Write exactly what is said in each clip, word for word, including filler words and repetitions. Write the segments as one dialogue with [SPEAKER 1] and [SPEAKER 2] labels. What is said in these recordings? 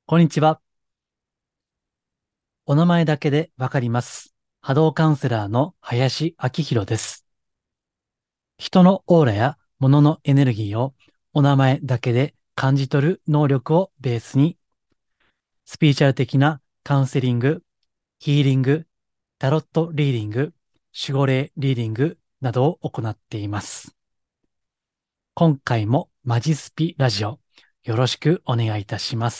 [SPEAKER 1] こんにちは。お名前だけでわかります。波動カウンセラーの林明宏です。人のオーラや物のエネルギーをお名前だけで感じ取る能力をベースに、スピーチャル的なカウンセリング、ヒーリング、タロットリーディング、守護霊リーディングなどを行っています。今回もマジスピラジオよろしくお願いいたします。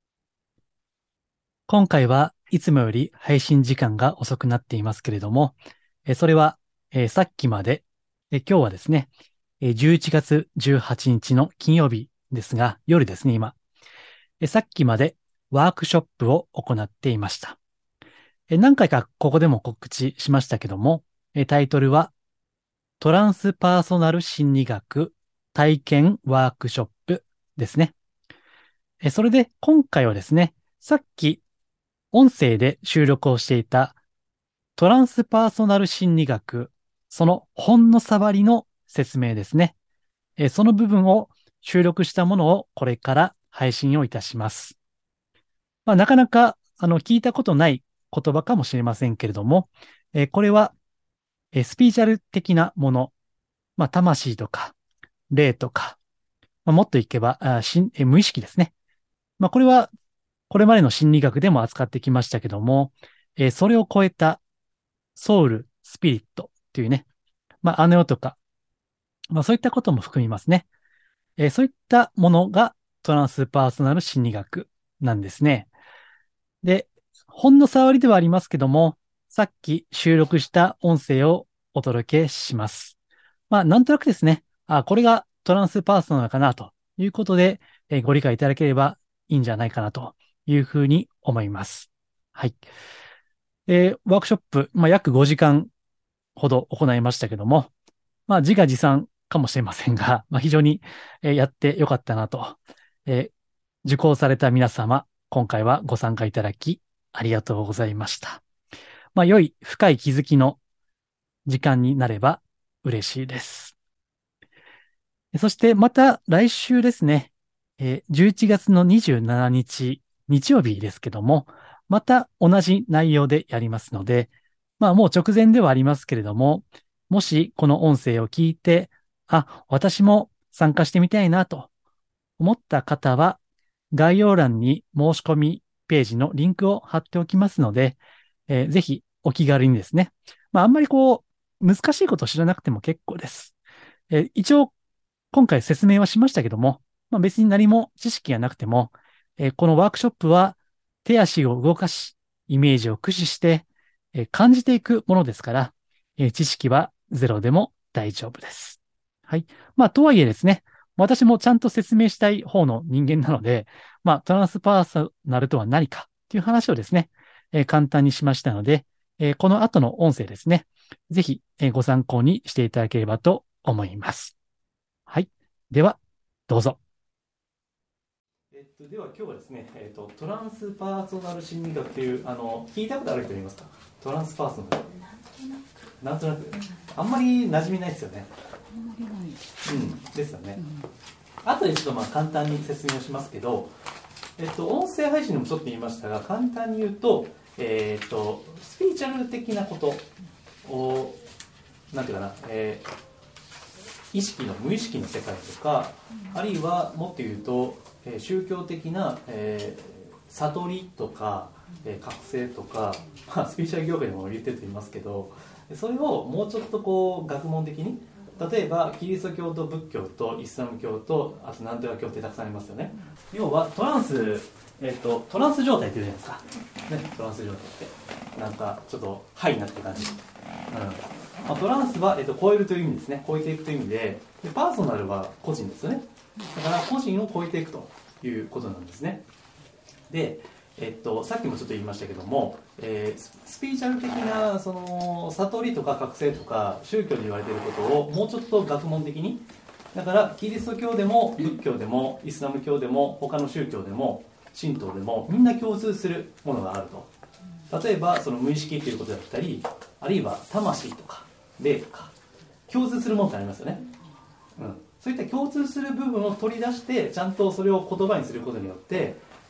[SPEAKER 1] 今回はいつもより配信時間が遅くなっていますけれども、えそれは、えーさっきまで、え今日はですね、えーじゅういちがつじゅうはちにちの金曜日ですが、夜ですね、今。えさっきまでワークショップを行っていました。え何回かここでも告知しましたけども、えタイトルはトランスパーソナル心理学体験ワークショップですね。えそれで今回はですね、さっき音声で収録をしていたトランスパーソナル心理学、そのほんの触りの説明ですね。えーその部分を収録したものをこれから配信をいたします。まあ、なかなかあの聞いたことない言葉かもしれませんけれども、えーこれは、えースピーチャル的なもの、まあ、魂とか霊とか、まあ、もっといけばあしん、えー無意識ですね。まあ、これはこれまでの心理学でも扱ってきましたけども、えーそれを超えたソウル、スピリットというね、まあ、あの世とか、まあ、そういったことも含みますね。えーそういったものがトランスパーソナル心理学なんですね。で、ほんの触りではありますけども、さっき収録した音声をお届けします。まあ、なんとなくですね、あ、これがトランスパーソナルかなということで、えーご理解いただければいいんじゃないかなというふうに思います。はい。えーワークショップ、まあ、約ごじかんほど行いましたけども、まあ、自画自賛かもしれませんが、まあ、非常に、えーやってよかったなと。えー受講された皆様、今回はご参加いただき、ありがとうございました。まあ、良い深い気づきの時間になれば嬉しいです。そして、また来週ですね、えーじゅういちがつのにじゅうしちにち、日曜日ですけども、また同じ内容でやりますので、まあもう直前ではありますけれども、もしこの音声を聞いて、あ、私も参加してみたいなと思った方は、概要欄に申し込みページのリンクを貼っておきますので、えーぜひお気軽にですね。まああんまりこう、難しいことを知らなくても結構です。えー一応今回説明はしましたけども、まあ、別に何も知識がなくても、えーこのワークショップは手足を動かし、イメージを駆使して、えー感じていくものですから、えー知識はゼロでも大丈夫です。はい。まあ、とはいえですね、私もちゃんと説明したい方の人間なので、まあ、トランスパーソナルとは何かという話をですね、えー簡単にしましたので、えーこの後の音声ですね、ぜひ、えーご参考にしていただければと思います。はい。では、どうぞ。えっと、では今日はですね、えっと、トランスパーソナル心理学という、あの、聞いたことある人いますか？トランスパーソナル。なんとなく。あんまり馴染みないですよね。
[SPEAKER 2] あんまりない。
[SPEAKER 1] うん、ですよね。
[SPEAKER 2] うん、
[SPEAKER 1] 後でちょっとまあ簡単に説明をしますけど、えっと、音声配信でもちょっと言いましたが、簡単に言うと、えっと、スピーチャル的なことを、なんていうかな、えー意識の無意識の世界とか、あるいはもっと言うと、えー宗教的な、えー悟りとか、えー覚醒とか、まあ、スピーチャル業界でも言ってると言いますけど、それをもうちょっとこう学問的に、例えばキリスト教と仏教とイスラム教とあとナントラ教ってたくさんありますよね。要はトランス、えー、とトランス状態って言うじゃないですか、ね、トランス状態ってなんかちょっとハイになってる感じ、うんまあ、トランスは、えっと、超えるという意味ですね。超えていくという意味で、でパーソナルは個人ですよね。だから個人を超えていくということなんですね。で、えっと、さっきもちょっと言いましたけども、えーススピーチャル的なその悟りとか覚醒とか宗教で言われていることをもうちょっと学問的に、だからキリスト教でも仏教でもイスラム教でも他の宗教でも神道でもみんな共通するものがあると。例えばその無意識ということだったり、あるいは魂とか霊とか共通するものってありますよね、うん、そういった共通する部分を取り出してちゃんとそれを言葉にすることによって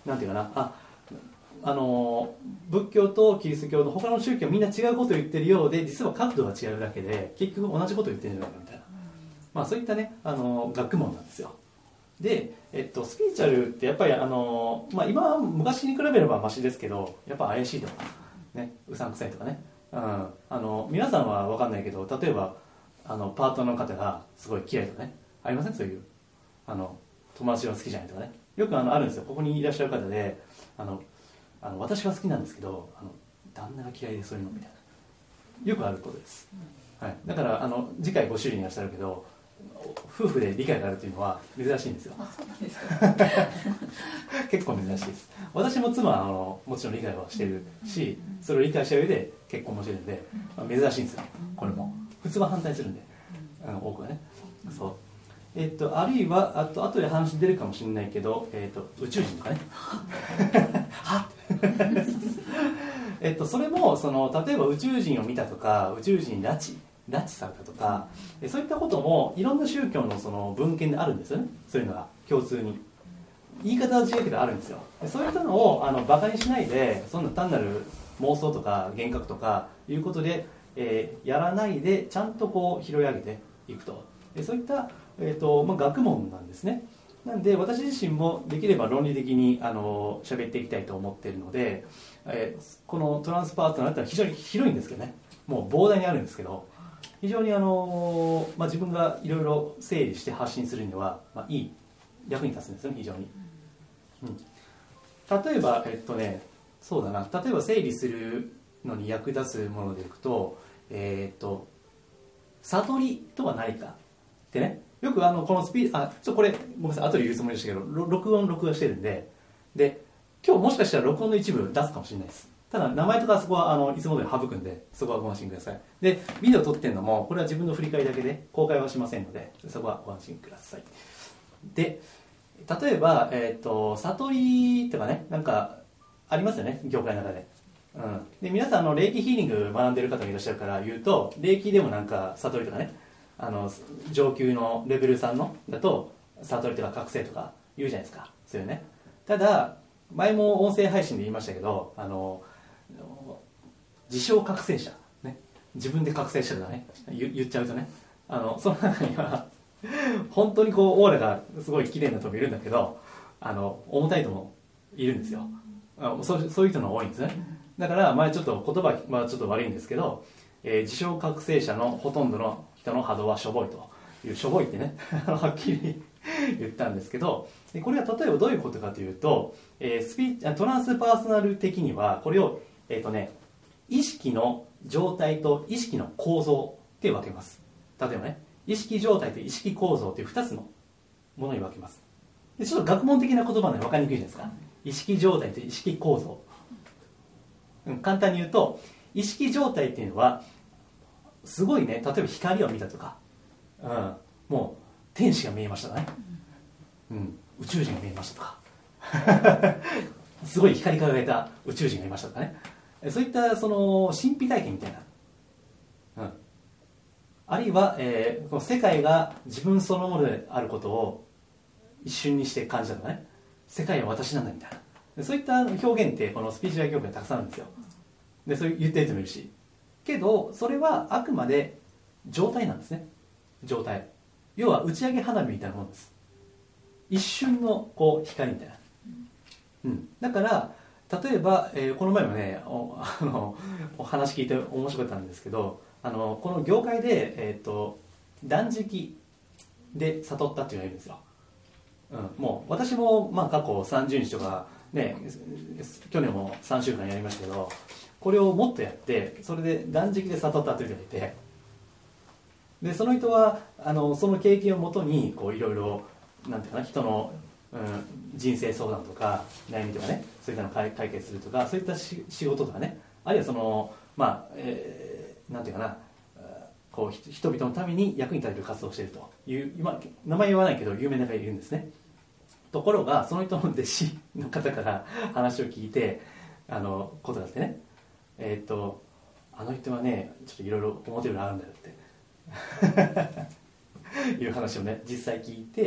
[SPEAKER 1] なんていうかな、ああの仏教とキリスト教の他の宗教みんな違うことを言ってるようで実は角度が違うだけで結局同じことを言ってるんじゃないかみたいな、まあ、そういったねあの学問なんですよ。で、えっと、スピリチュアルってやっぱりあの、まあ、今は昔に比べればマシですけどやっぱ怪しいとか、ね、うさんくさいとかね、うん、あの皆さんは分かんないけど例えばあのパートナーの方がすごい嫌いとかねありません？そういうあの友達が好きじゃないとかねよくあのあるんですよ。ここにいらっしゃる方であのあの私は好きなんですけどあの旦那が嫌いでそういうのみたいなよくあることです、はい、だからあの次回ご主人いらっしゃるけど夫婦で理解があるというのは珍しいんですよ。
[SPEAKER 2] あ、そうなんですか
[SPEAKER 1] 結構珍しいです。私も妻はあのもちろん理解はしてるしそれを理解した上で結婚もしてるんで、まあ、珍しいんですよ。これも普通は反対するんで、あの多くはねそうえっと、あるいはあと後で話出るかもしれないけど、えっと、宇宙人とかねはっえっとそれもその例えば宇宙人を見たとか宇宙人に拉致拉致されたとかそういったこともいろんな宗教のその文献であるんですよね。そういうのが共通に言い方は違うけどあるんですよ。そういったのをあのバカにしないでそんな単なる妄想とか幻覚とかいうことで、えー、やらないでちゃんとこう拾い上げていくとそういったえーとまあ、学問なんですね。なんで私自身もできれば論理的にあの喋っていきたいと思っているので、えー、このトランスパートナーってのは非常に広いんですけどねもう膨大にあるんですけど非常にあの、まあ、自分がいろいろ整理して発信するには、まあ、いい役に立つんですよね非常に、うん、例えばえっとねそうだな例えば整理するのに役立つものでいくとえー、っと悟りとは何かってねよくあのこのスピあちょっとこれごめんなさい後で言うつもりでしたけど録音録画してるんでで今日もしかしたら録音の一部出すかもしれないです。ただ名前とかそこはあのいつも通り省くんでそこはご安心ください。でビデオ撮ってるのもこれは自分の振り返りだけで公開はしませんのでそこはご安心ください。で例えば、えー、と悟りとかねなんかありますよね業界の中で、うん、で皆さんあの霊気ヒーリング学んでる方がいらっしゃるから言うと霊気でもなんか悟りとかねあの上級のレベルさんのだと悟りとか覚醒とか言うじゃないですかそういうね。ただ前も音声配信で言いましたけどあの自称覚醒者、ね、自分で覚醒者だね 言, 言っちゃうとねあのその中には本当にこうオーラがすごい綺麗な人もいるんだけどあの重たい人もいるんですよ。あ そ, そういう人の多いんですね。だから前ちょっと言葉はちょっと悪いんですけど、えー、自称覚醒者のほとんどの人の波動はしょぼいというしょぼいってねはっきり言ったんですけどでこれは例えばどういうことかというと、えー、スピトランスパーソナル的にはこれを、えーとね、意識の状態と意識の構造って分けます。例えばね意識状態と意識構造というふたつのものに分けます。でちょっと学問的な言葉で分かりにくいじゃないですか。意識状態と意識構造、うん、簡単に言うと意識状態っていうのはすごいね例えば光を見たとか、うん、もう天使が見えましたとかね、うん、宇宙人が見えましたとかすごい光り輝いた宇宙人がいましたとかねそういったその神秘体験みたいな、うん、あるいは、えー、この世界が自分そのものであることを一瞬にして感じたとかね世界は私なんだみたいなそういった表現ってこのスピーチュアル業界にたくさんあるんですよ。でそう言ってる人もいるしけどそれはあくまで状態なんですね。状態要は打ち上げ花火みたいなものです。一瞬のこう光みたいな、うん、だから例えば、えー、この前もね お, あのお話聞いて面白かったんですけどあのこの業界で、えー、と断食で悟ったっていうのがいるんですよ、うん、もう私も、まあ、過去さんじゅうにちとかね去年もさんしゅうかんやりましたけどこれをもっとやってそれで断食で悟ったという人がいてでその人はあのその経験をもとにこういろいろなんていうかな人の、うん、人生相談とか悩みとかねそういったのを解解決するとかそういったし仕事とかねあるいはそのまあ、えー、なんていうかなこう人々のために役に立てる活動をしているという今名前言わないけど有名な方がいるんですね。ところがその人の弟子の方から話を聞いてあのことがあってねえっ、ー、とあの人はねちょっといろいろ表裏あるんだよっていう話をね実際聞いて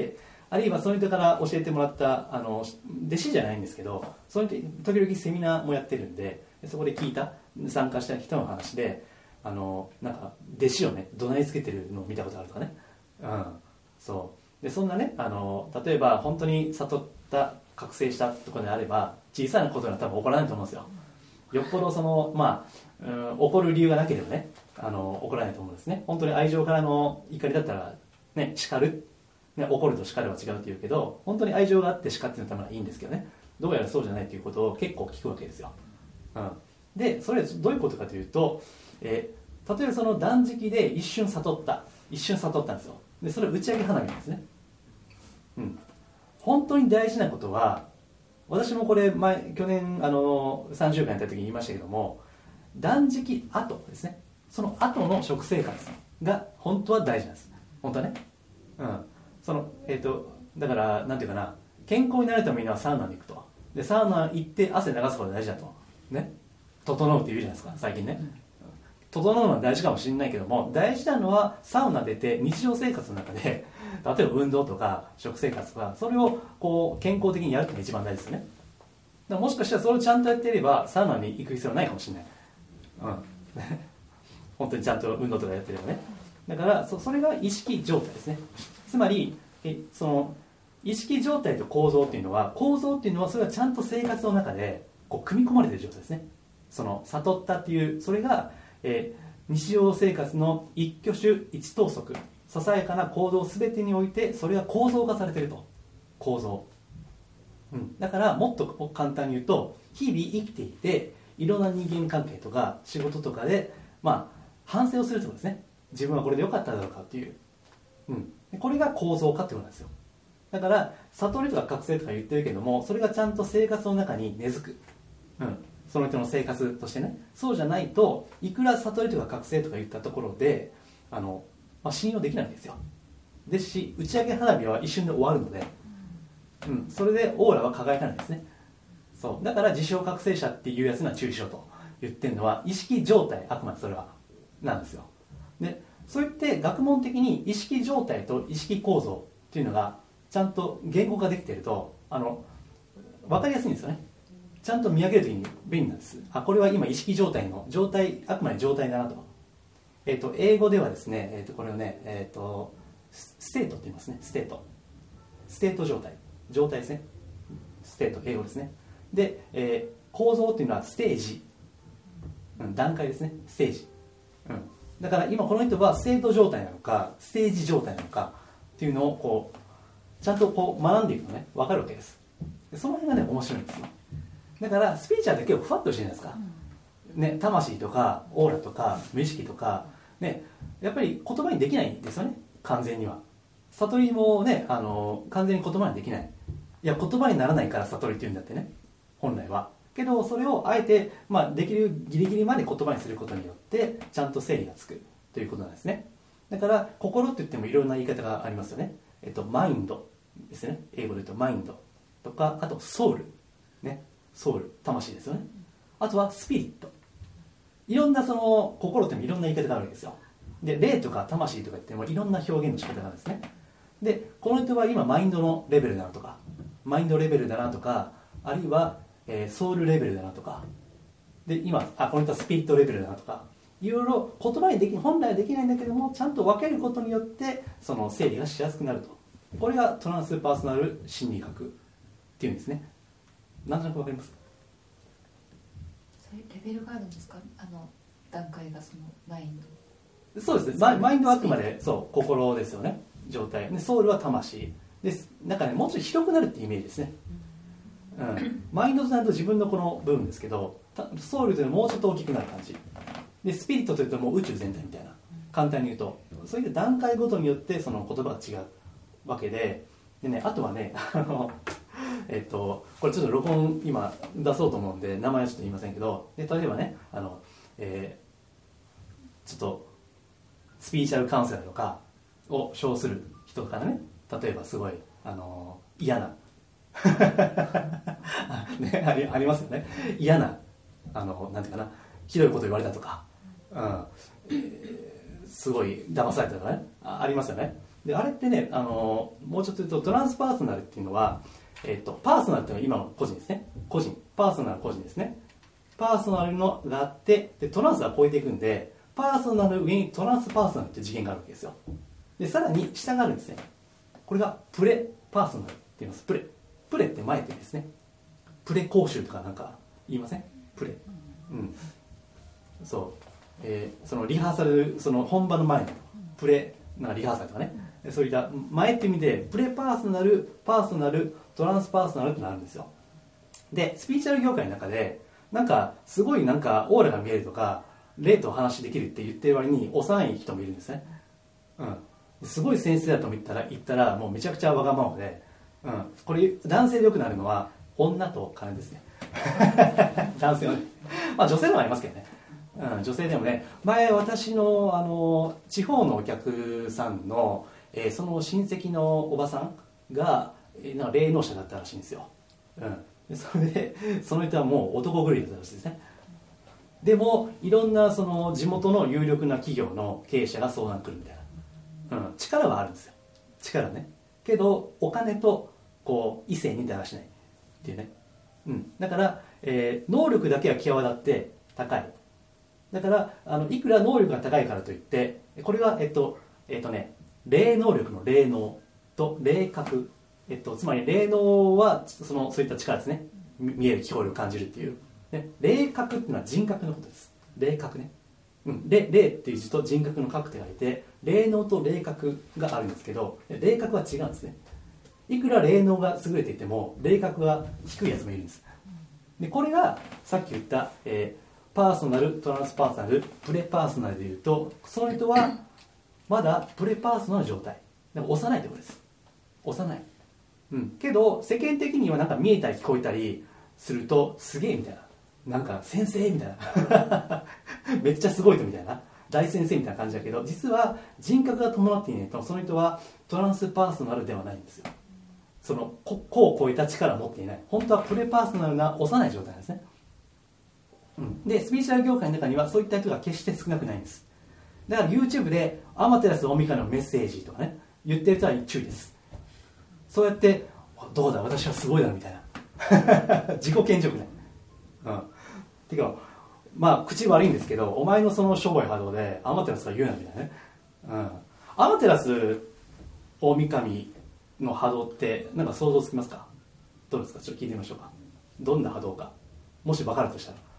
[SPEAKER 2] あるいはその人から教えてもらったあの弟子じゃないんですけど、その人時々セミナーもやってるんで、そこで聞いた参加した人の話で、あのなんか弟子をね怒鳴りつけてるのを見たことあるとかね、うん、そうで、そんなね、あの例えば本当に悟った覚醒したとかであれば小さなことには多分起こらないと思うんですよ。よっぽどそのまあ、うん、怒る理由がなければね、あの怒らないと思うんですね。本当に愛情からの怒りだったらね、叱る、ね、怒ると叱るは違うって言うけど、本当に愛情があって叱ってのためはいいんですけどね、どうやらそうじゃないということを結構聞くわけですよ、うん、でそれはどういうことかというと、えー、例えばその断食で一瞬悟った一瞬悟ったんですよ。でそれは打ち上げ花火なんですね、うん、本当に大事なことは、私もこれ前去年あのさんしゅうかんやった時に言いましたけども、断食後ですね、その後の食生活が本当は大事なんです。本当はね、うん、そのえっ、ー、とだからなんていうかな、健康になるためにはサウナに行くと、でサウナ行って汗流すことが大事だとね、整うって言うじゃないですか最近ね、整うのは大事かもしれないけども、大事なのはサウナ出て日常生活の中で例えば運動とか食生活とか、それをこう健康的にやるっていうのが一番大事ですよね。だからもしかしたらそれをちゃんとやっていればサウナに行く必要はないかもしれない、うん本当にちゃんと運動とかやってればね。だから そ, それが意識状態ですね。つまりえその意識状態と構造っていうのは、構造っていうのはそれはちゃんと生活の中でこう組み込まれている状態ですね。その悟ったっていう、それが、えー、日常生活の一挙手一投足、ささやかな行動全てにおいてそれが構造化されていると。構造、うん、だからもっと簡単に言うと、日々生きていていろんな人間関係とか仕事とかで、まあ、反省をするってことですね。自分はこれで良かっただろうかっていう、うん、これが構造化ってことなんですよ。だから悟りとか覚醒とか言ってるけども、それがちゃんと生活の中に根付く、うん、その人の生活としてね。そうじゃないといくら悟りとか覚醒とか言ったところであの、まあ、信用できないんですよ。ですし打ち上げ花火は一瞬で終わるので、うん、それでオーラは輝かないんですね。そうだから自称覚醒者っていうやつには注意しろと言ってるのは、意識状態、あくまでそれはなんですよ。でそう言って学問的に意識状態と意識構造っていうのがちゃんと言語化できていると、あの分かりやすいんですよね。ちゃんと見上げるときに便利なんです。あ、これは今意識状態の状態、あくまで状態だなと。えっと英語ではですね、えっとこれをね、えっとステートって言いますね。ステートステート状態、状態ですね。ステート、英語ですね。で、えー、構造っていうのはステージ、うん、段階ですね。ステージ、うん、だから今この人はステート状態なのかステージ状態なのかっていうのをこうちゃんとこう学んでいくとね、分かるわけです。でその辺がね面白いんですよ。だからスピーチャーって結構ふわっとしてるじゃないですか、ね、魂とかオーラとか無意識とか、ね、やっぱり言葉にできないんですよね。完全には悟りもね、あの完全に言葉にできない。いや言葉にならないから悟りっていうんだってね、本来は。けどそれをあえて、まあ、できるギリギリまで言葉にすることによってちゃんと整理がつくということなんですね。だから心って言ってもいろんな言い方がありますよね。えっとマインドですね。英語で言うとマインドとか、あとソウルね、ソウル、魂ですよね。あとはスピリット、いろんなその心ってもいろんな言い方があるわけですよ。で霊とか魂とか言ってもいろんな表現の仕方があるんですね。でこの人は今マインドのレベルだなとか、マインドレベルだなとか、あるいは、えー、ソウルレベルだなとかで、今あこの人はスピリットレベルだなとか、いろいろ言葉にでき本来はできないんだけども、ちゃんと分けることによってその整理がしやすくなると。これがトランスパーソナル心理学っていうんですね。なんとなく分かりますか？
[SPEAKER 3] それレベルがあるんですか？あの段階がそのマインド。
[SPEAKER 2] そうですね。マイマインドはあくまでそう心ですよね。状態で、ソウルは魂です。なんかね、もうちょっと広くなるっていうイメージですね。うん、マインドとなると自分のこの部分ですけど、ソウルというのはもうちょっと大きくなる感じで、スピリットというともう宇宙全体みたいな、簡単に言うとそういう段階ごとによってその言葉が違うわけで、でね、あとはねあのえっとこれちょっと録音今出そうと思うんで名前はちょっと言いませんけど、で例えばね、あの、えー、ちょっとスピーチャルカウンセラーとかを称する人からね、例えばすごいあの嫌なね、あり、ありますよね。嫌なあのなんていうかな、ひどいこと言われたとか、うんえー、すごい騙されたとかね、 あ, ありますよね。 であれってね、あのもうちょっと言うとトランスパーソナルっていうのは、えっと、パーソナルっていうのは今の個人ですね。個人パーソナル個人ですね。パーソナルのがあって、でトランスは超えていくんで、パーソナル上にトランスパーソナルっていう次元があるわけですよ。でさらに下があるんですね。これがプレパーソナルって言います。プレプレって前って言うんですね。プレ講習とかなんか言いません？プレ、うん、そう、えー、そのリハーサル、その本番の前のプレなんかリハーサルとかね、そういった前って意味でプレパーソナル、パーソナル、トランスパーソナルってなるんですよ。でスピーチュアル業界の中でなんかすごいなんかオーラが見えるとか霊とお話できるって言ってる割に幼い人もいるんですね。うん、すごい先生だと言ったら言ったらもうめちゃくちゃわがままで、うん、これ男性でよくなるのは女と金ですね。男性はね、まあ女性でもありますけどね、うん、女性でもね、前私のあの地方のお客さんの、えー、その親戚のおばさんが、えー、なんか霊能者だったらしいんですよ、うん、でそれでその人はもう男狂いだったらしいですね。でもいろんなその地元の有力な企業の経営者が相談来るみたいな、うん、力はあるんですよ、力ね。けどお金とこう異性に手がしないっていうね、うん、だから、えー、能力だけは際立って高い。だからあのいくら能力が高いからといってこれはえっとえっとね霊能力の霊能と霊覚、えっと、つまり霊能はそのそういった力ですね、見える聞こえる感じるっていう、ね、霊覚っていうのは人格のことです。霊覚ね、うん、霊っていう字と人格の覚って書いて霊能と霊覚があるんですけど、霊覚は違うんですね。いくら霊能が優れていても霊覚が低いやつもいるんです。でこれがさっき言った、えーパーソナル、トランスパーソナル、プレパーソナルでいうとその人はまだプレパーソナルの状態でも幼いってことです。幼い、うん、けど世間的にはなんか見えたり聞こえたりするとすげえみたいな、なんか先生みたいなめっちゃすごい人みたいな大先生みたいな感じだけど実は人格が伴っていないとその人はトランスパーソナルではないんですよ。その個を超えた力を持っていない、本当はプレパーソナルな幼い状態なんですね。でスピーチュアル業界の中にはそういった人が決して少なくないんです。だから YouTube でアマテラス大神のメッセージとかね言ってる人は注意です。そうやってどうだ私はすごいだみたいな自己顕示欲ね、うん、てかまあ口悪いんですけどお前のそのしょぼい波動でアマテラスが言うなみたいなね、うん、アマテラス大神の波動ってなんか想像つきますか？どうですか？ちょっと聞いてみましょうか。どんな波動かもし分かるとしたら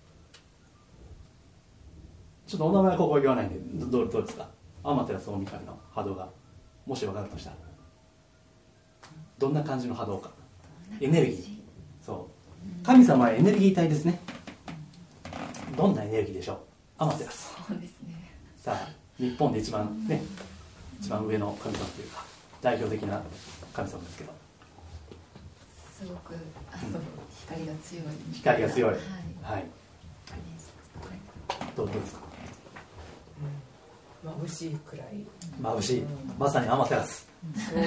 [SPEAKER 2] ちょっとお名前はここは言わないんで ど, どうですか？アマテラス大神の波動がもし分かるとしたらどんな感じの波動か。エネルギー、そう神様はエネルギー体ですね。どんなエネルギーでしょう？アマテラス。
[SPEAKER 3] そうですね。
[SPEAKER 2] さあ日本で一番ね一番上の神様というか代表的な神様ですけど
[SPEAKER 3] すごくあの光が強い
[SPEAKER 2] 光が強い、はい、はい、どうですか？
[SPEAKER 4] 眩しいくらい
[SPEAKER 2] 眩しい、まさにアマテラス、
[SPEAKER 4] そう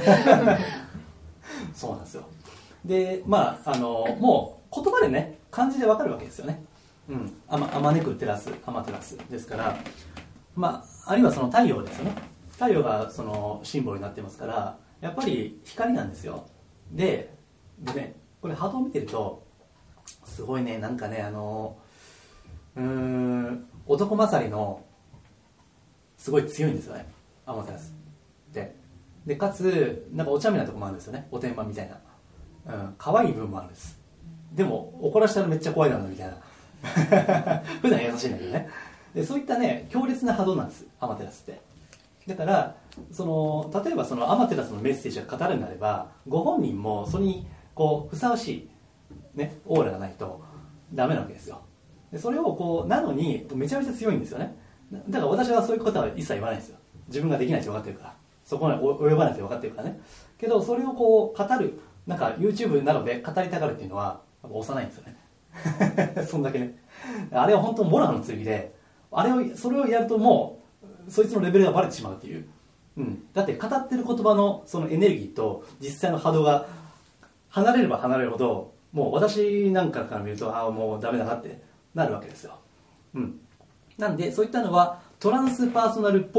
[SPEAKER 2] そうなんですよ。でまああのもう言葉でね漢字でわかるわけですよね。うん、あまあまねくテラスアマテラスですから、まああるいはその太陽ですよね。太陽がそのシンボルになってますからやっぱり光なんですよ。ででねこれ波動を見てるとすごいねなんかねあのうーん男勝りのすごい強いんですよねアマテラスで。でかつなんかお茶目なとこもあるんですよね。おてんばみたいな、うん、可愛い部分もあるんです。でも怒らしたらめっちゃ怖いだろうみたいな普段優しいんだけどね。でそういったね強烈な波動なんですアマテラスって。だからその例えばそのアマテラスのメッセージが語るんであればご本人もそれにこうふさわしい、ね、オーラがないとダメなわけですよ。でそれをこうなのにめちゃめちゃ強いんですよね。だから私はそういうことは一切言わないんですよ。自分ができないって分かってるからそこまで及ばないって分かってるからね。けどそれをこう語るなんか YouTube などで語りたがるっていうのは幼いんですよねそんだけね。あれは本当モラハの剣であれをそれをやるともうそいつのレベルがバレてしまうっていう、うん、だって語ってる言葉のそのエネルギーと実際の波動が離れれば離れるほどもう私なんかから見るとああもうダメだなってなるわけですよ、うん、なんでそういったのはトランスパーソナルっぽい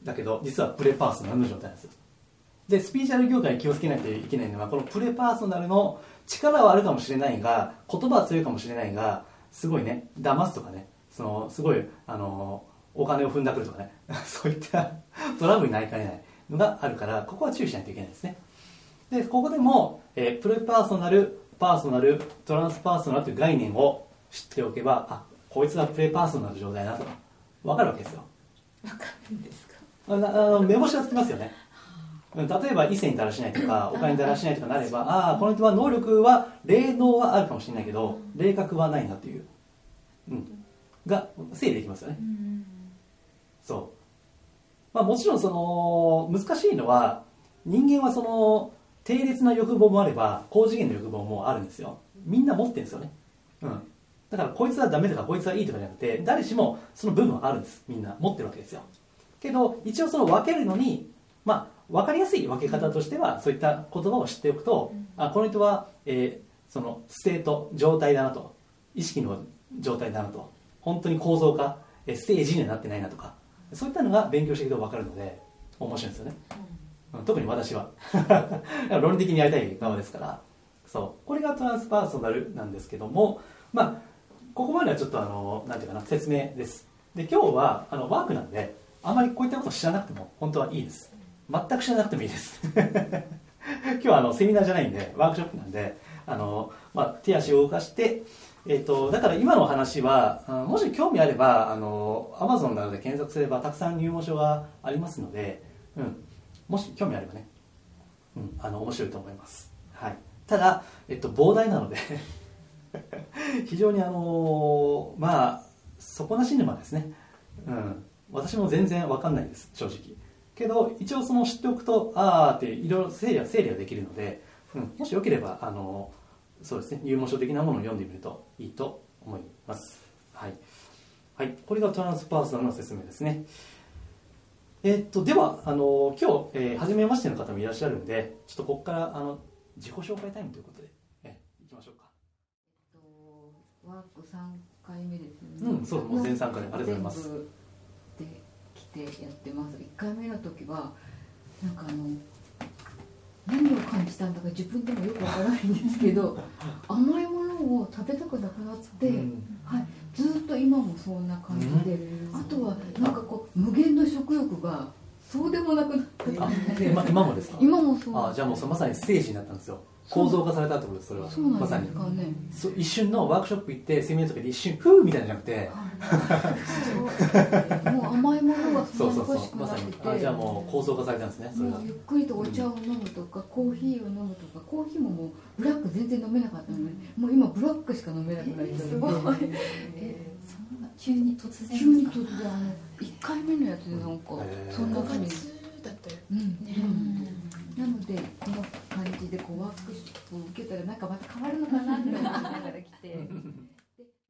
[SPEAKER 2] だけど実はプレパーソナルの状態なんですよ。でスピーチャル業界に気をつけないといけないのはこのプレパーソナルの力はあるかもしれないが言葉は強いかもしれないがすごいね騙すとかねそのすごいあのお金を踏んだくるとかねそういったトラブルになりかねないのがあるからここは注意しないといけないですね。でここでも、えー、プレパーソナルパーソナルトランスパーソナルという概念を知っておけばあこいつがプレパーソナル状態だなと分かるわけですよ。
[SPEAKER 3] 分かるんですか。
[SPEAKER 2] あの目星がつきますよね。例えば異性にだらしないとかお金にだらしないとかなればああこの人は能力は霊能はあるかもしれないけど霊格はないなっていう、うん、が整理できますよね。そう、まあ、もちろんその難しいのは人間はその低劣な欲望もあれば高次元の欲望もあるんですよ。みんな持ってるんですよね、うん、だからこいつはダメとかこいつはいいとかじゃなくて誰しもその部分はあるんです。みんな持ってるわけですよ。けど一応その分けるのにまあ分かりやすい分け方としてはそういった言葉を知っておくと、うん、あこの人は、えー、そのステート状態だなと意識の状態だなと本当に構造化ステージにはなってないなとかそういったのが勉強していくと分かるので面白いんですよね、うん、特に私は論理的にやりたい側ですからそうこれがトランスパーソナルなんですけどもまあここまではちょっとあのなんていうかな説明です。で今日はあのワークなんであまりこういったことを知らなくても本当はいいです。全く知らなくてもいいです今日はあのセミナーじゃないんでワークショップなんであの、まあ、手足を動かして、えー、とだから今の話はもし興味あればあの Amazon などで検索すればたくさん入門書がありますので、うん、もし興味あればね、うん、あの面白いと思います、はい、ただ、えっと、膨大なので非常にあのまあ底なし沼ですね、うん、私も全然わかんないです正直けど一応その知っておくとあーっていろいろ整理は整理はできるので、うん、もしよければあのそうですね入門書的なものを読んでみるといいと思います。はい、はい、これがトランスパーソナルの説明ですね。えー、っとではあの今日、えー、初めましての方もいらっしゃるんでちょっとここからあの自己紹介タイムということで、えー、いきましょうか。
[SPEAKER 3] えっとワークさんかいめですね。
[SPEAKER 2] うんそうもう全さんかいめありがとうございます。
[SPEAKER 3] でやってます。いっかいめの時はなんかあの何を感じたんだか自分でもよくわからないんですけど甘いものを食べたくなくなって、うんはい、ずっと今もそんな感じで、うん、あとはなんかこう無限の食欲がそうでもなくなった感じで
[SPEAKER 2] 今, 今もですか。
[SPEAKER 3] 今もそう
[SPEAKER 2] あじゃあもうそまさにステージになったんですよ。構造化されたってことです。それは
[SPEAKER 3] そうなんですかね、
[SPEAKER 2] まさにそ一瞬のワークショップ行ってセミナーとかで一瞬フーみたいなじゃなくて、
[SPEAKER 3] はい、もう甘いものがそんなに欲しくなってて、
[SPEAKER 2] そうそうそうまさにあじゃあもう構造化されたんですね。それが
[SPEAKER 3] もうゆっくりとお茶を飲むとか、うん、コーヒーを飲むとかコーヒーももうブラック全然飲めなかったので、うん、もう今ブラックしか飲めなくなっちゃうので、えー、すごい
[SPEAKER 4] えー、そんな急に突然
[SPEAKER 3] 急に突然あのいっかいめのやつでなんかそんな
[SPEAKER 4] 感じだったよ
[SPEAKER 3] ね、うんうん、なのでこの感じでこうワークショップを受けたらなんかまた変わるのかなって思いながら来て